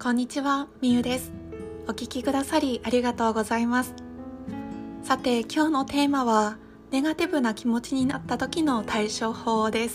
こんにちは、みゆです。お聞きくださりありがとうございます。さて、今日のテーマはネガティブな気持ちになった時の対処法です。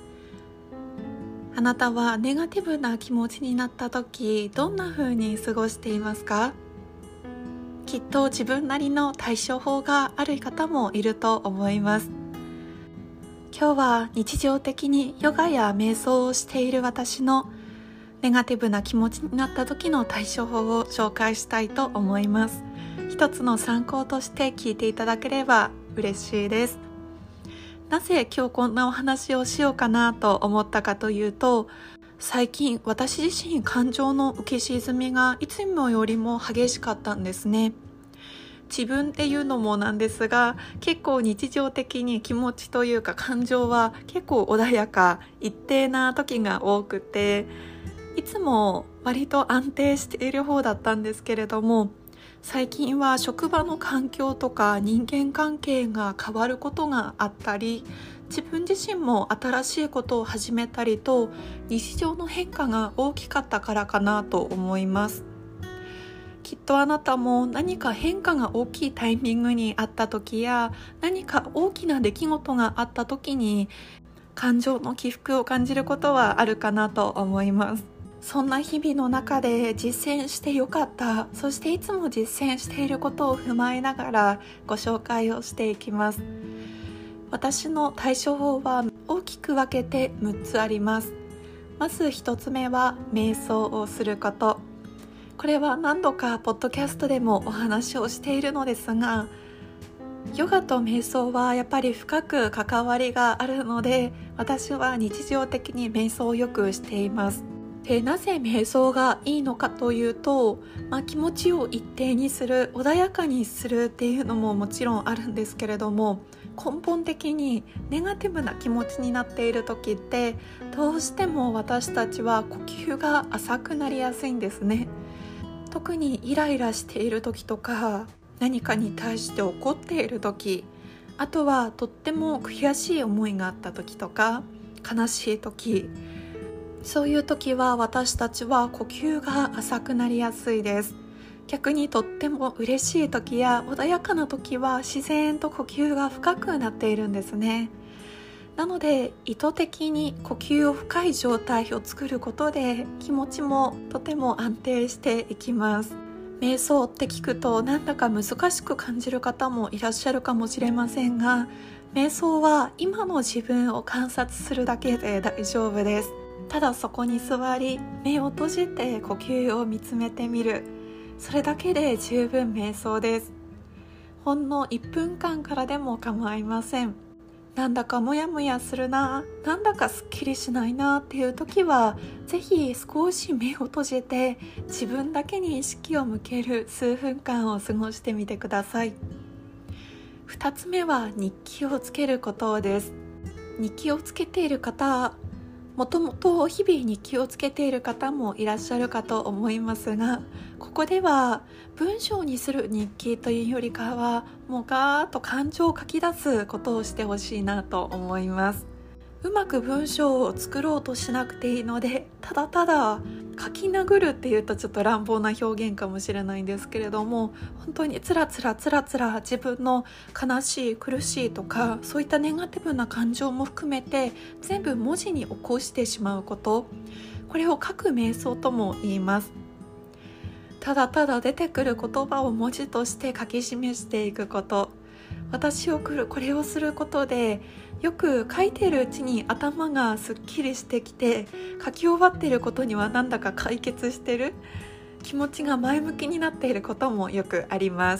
あなたはネガティブな気持ちになった時、どんな風に過ごしていますか？きっと自分なりの対処法がある方もいると思います。今日は日常的にヨガや瞑想をしている私のネガティブな気持ちになった時の対処法を紹介したいと思います。一つの参考として聞いていただければ嬉しいです。なぜ今日こんなお話をしようかなと思ったかというと、最近私自身感情の浮き沈みがいつもよりも激しかったんですね。自分っていうのもなんですが、結構日常的に気持ちというか感情は結構穏やか一定な時が多くて、いつも割と安定している方だったんですけれども、最近は職場の環境とか人間関係が変わることがあったり、自分自身も新しいことを始めたりと、日常の変化が大きかったからかなと思います。きっとあなたも何か変化が大きいタイミングにあった時や、何か大きな出来事があった時に感情の起伏を感じることはあるかなと思います。そんな日々の中で実践してよかった、そしていつも実践していることを踏まえながらご紹介をしていきます。私の対処法は大きく分けて6つあります。まず1つ目は瞑想をすること。これは何度かポッドキャストでもお話をしているのですが、ヨガと瞑想はやっぱり深く関わりがあるので、私は日常的に瞑想をよくしています。で、なぜ瞑想がいいのかというと、気持ちを一定にする、穏やかにするっていうのももちろんあるんですけれども、根本的にネガティブな気持ちになっている時って、どうしても私たちは呼吸が浅くなりやすいんですね。特にイライラしている時とか、何かに対して怒っている時、あとはとっても悔しい思いがあった時とか、悲しい時、そういう時は私たちは呼吸が浅くなりやすいです。逆にとっても嬉しい時や穏やかな時は自然と呼吸が深くなっているんですね。なので意図的に呼吸を深い状態を作ることで気持ちもとても安定していきます。瞑想って聞くとなんだか難しく感じる方もいらっしゃるかもしれませんが、瞑想は今の自分を観察するだけで大丈夫です。ただそこに座り、目を閉じて呼吸を見つめてみる、それだけで十分瞑想です。ほんの1分間からでも構いません。なんだかモヤモヤするな、なんだかすっきりしないなっていう時は、ぜひ少し目を閉じて自分だけに意識を向ける数分間を過ごしてみてください。2つ目は日記をつけることです。日記をつけている方、もともと日々日記をつけている方もいらっしゃるかと思いますが、ここでは文章にする日記というよりかは、もうガーッと感情を書き出すことをしてほしいなと思います。うまく文章を作ろうとしなくていいので、ただただ書き殴るっていうとちょっと乱暴な表現かもしれないんですけれども、本当につらつら自分の悲しい苦しいとか、そういったネガティブな感情も含めて全部文字に起こしてしまうこと、これを書く瞑想とも言います。ただただ出てくる言葉を文字として書き示していくこと、私をこれをすることで、よく書いているうちに頭がすっきりしてきて、書き終わっていることにはなんだか解決してる、気持ちが前向きになっていることもよくあります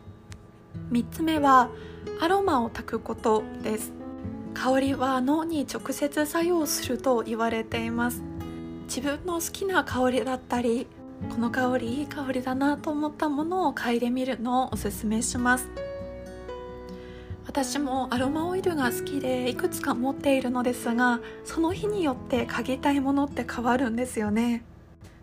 。3つ目はアロマを焚くことです。香りは脳に直接作用すると言われています。自分の好きな香りだったり、この香りいい香りだなと思ったものを嗅いでみるのをおすすめします。私もアロマオイルが好きでいくつか持っているのですが、その日によって嗅ぎたいものって変わるんですよね。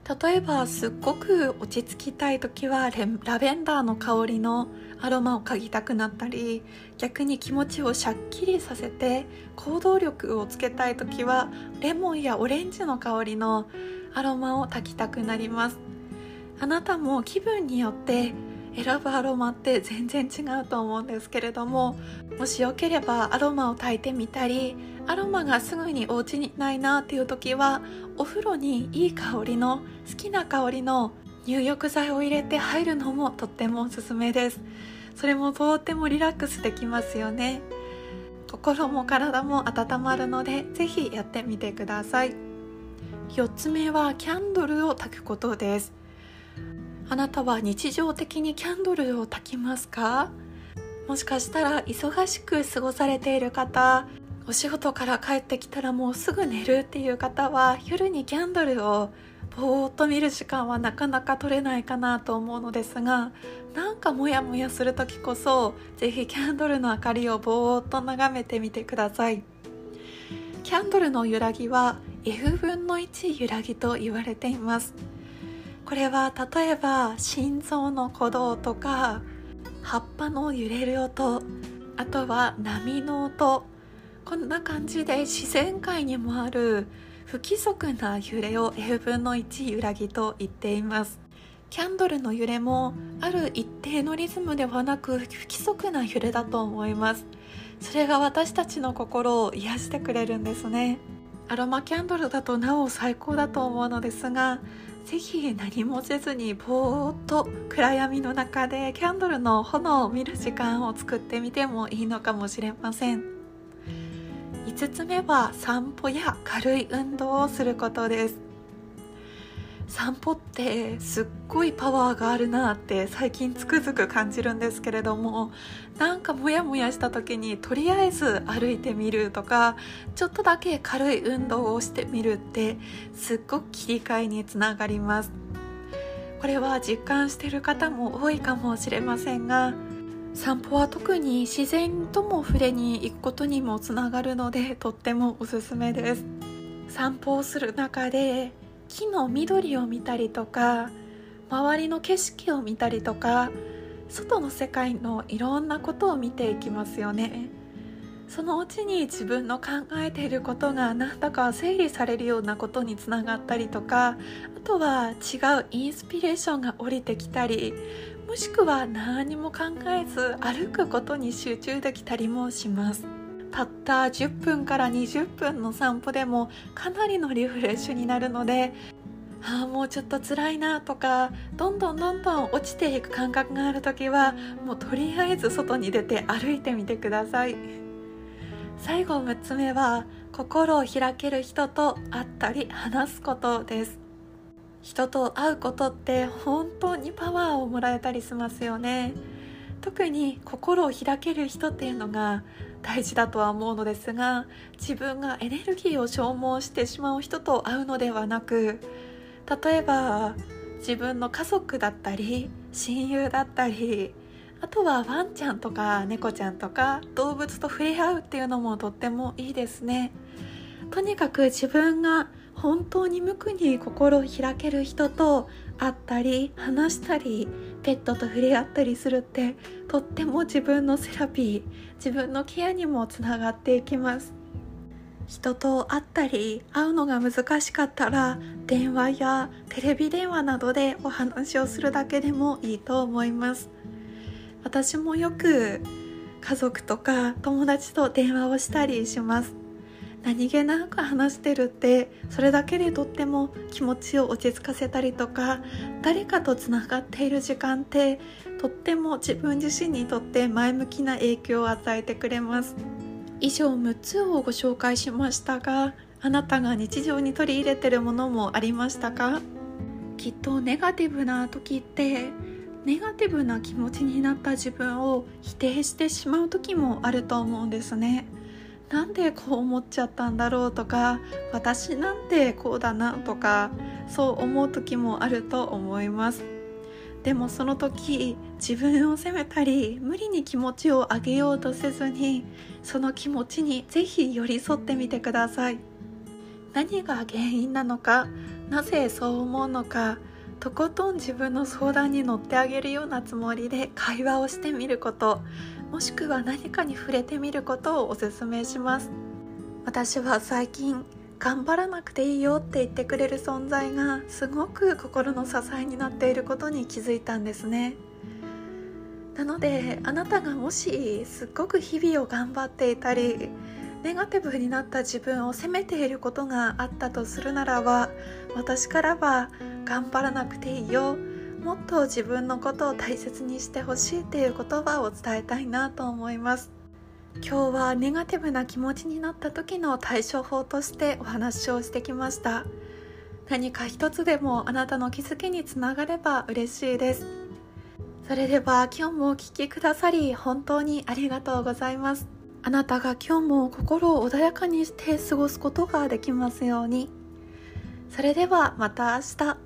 例えばすっごく落ち着きたい時はラベンダーの香りのアロマを嗅ぎたくなったり、逆に気持ちをシャッキリさせて行動力をつけたい時はレモンやオレンジの香りのアロマを焚きたくなります。あなたも気分によって選ぶアロマって全然違うと思うんですけれども、もしよければアロマを焚いてみたり、アロマがすぐにお家にないなっていう時はお風呂にいい香りの好きな香りの入浴剤を入れて入るのもとってもおすすめです。それもとってもリラックスできますよね。心も体も温まるのでぜひやってみてください。4つ目はキャンドルを焚くことです。あなたは日常的にキャンドルを焚きますか？もしかしたら忙しく過ごされている方、お仕事から帰ってきたらもうすぐ寝るっていう方は夜にキャンドルをぼーっと見る時間はなかなか取れないかなと思うのですが、なんかモヤモヤする時こそぜひキャンドルの明かりをぼーっと眺めてみてください。キャンドルの揺らぎは F 分の1揺らぎと言われています。これは例えば心臓の鼓動とか葉っぱの揺れる音、あとは波の音、こんな感じで自然界にもある不規則な揺れを F 分の1揺らぎと言っています。キャンドルの揺れもある一定のリズムではなく不規則な揺れだと思います。それが私たちの心を癒してくれるんですね。アロマキャンドルだとなお最高だと思うのですが、ぜひ何もせずにぼーっと暗闇の中でキャンドルの炎を見る時間を作ってみてもいいのかもしれません。5つ目は散歩や軽い運動をすることです。散歩ってすっごいパワーがあるなって最近つくづく感じるんですけれども、なんかモヤモヤした時にとりあえず歩いてみるとか、ちょっとだけ軽い運動をしてみるってすっごく切り替えにつながります。これは実感している方も多いかもしれませんが、散歩は特に自然とも触れに行くことにもつながるのでとってもおすすめです。散歩をする中で木の緑を見たりとか、周りの景色を見たりとか、外の世界のいろんなことを見ていきますよね。そのうちに自分の考えていることがなんだか整理されるようなことにつながったりとか、あとは違うインスピレーションが降りてきたり、もしくは何も考えず歩くことに集中できたりもします。たった10分から20分の散歩でもかなりのリフレッシュになるので、もうちょっと辛いなとか、どんどん落ちていく感覚があるときはもうとりあえず外に出て歩いてみてください。最後6つ目は心を開ける人と会ったり話すことです。人と会うことって本当にパワーをもらえたりしますよね。特に心を開ける人っていうのが大事だとは思うのですが、自分がエネルギーを消耗してしまう人と会うのではなく、例えば自分の家族だったり親友だったり、あとはワンちゃんとか猫ちゃんとか動物と触れ合うっていうのもとってもいいですね。とにかく自分が本当に無垢に心を開ける人と会ったり話したり、ペットと触れ合ったりするってとっても自分のセラピー、自分のケアにもつながっていきます。人と会ったり会うのが難しかったら、電話やテレビ電話などでお話をするだけでもいいと思います。私もよく家族とか友達と電話をしたりします。何気なく話してるってそれだけでとっても気持ちを落ち着かせたりとか、誰かとつながっている時間ってとっても自分自身にとって前向きな影響を与えてくれます。以上6つをご紹介しましたが、あなたが日常に取り入れているものもありましたか？きっとネガティブな時ってネガティブな気持ちになった自分を否定してしまう時もあると思うんですね。なんでこう思っちゃったんだろうとか、私なんてこうだなとか、そう思う時もあると思います。でもその時自分を責めたり無理に気持ちを上げようとせずに、その気持ちにぜひ寄り添ってみてください。何が原因なのか、 なぜそう思うのか、とことん自分の相談に乗ってあげるようなつもりで会話をしてみること、もしくは何かに触れてみることをお勧めします。私は最近頑張らなくていいよって言ってくれる存在がすごく心の支えになっていることに気づいたんですね。なのであなたがもしすっごく日々を頑張っていたり、ネガティブになった自分を責めていることがあったとするならば、私からは頑張らなくていいよ、もっと自分のことを大切にしてほしいっていう言葉を伝えたいなと思います。今日はネガティブな気持ちになった時の対処法としてお話をしてきました。何か一つでもあなたの気づきにつながれば嬉しいです。それでは今日もお聞きくださり本当にありがとうございます。あなたが今日も心を穏やかにして過ごすことができますように。それではまた明日。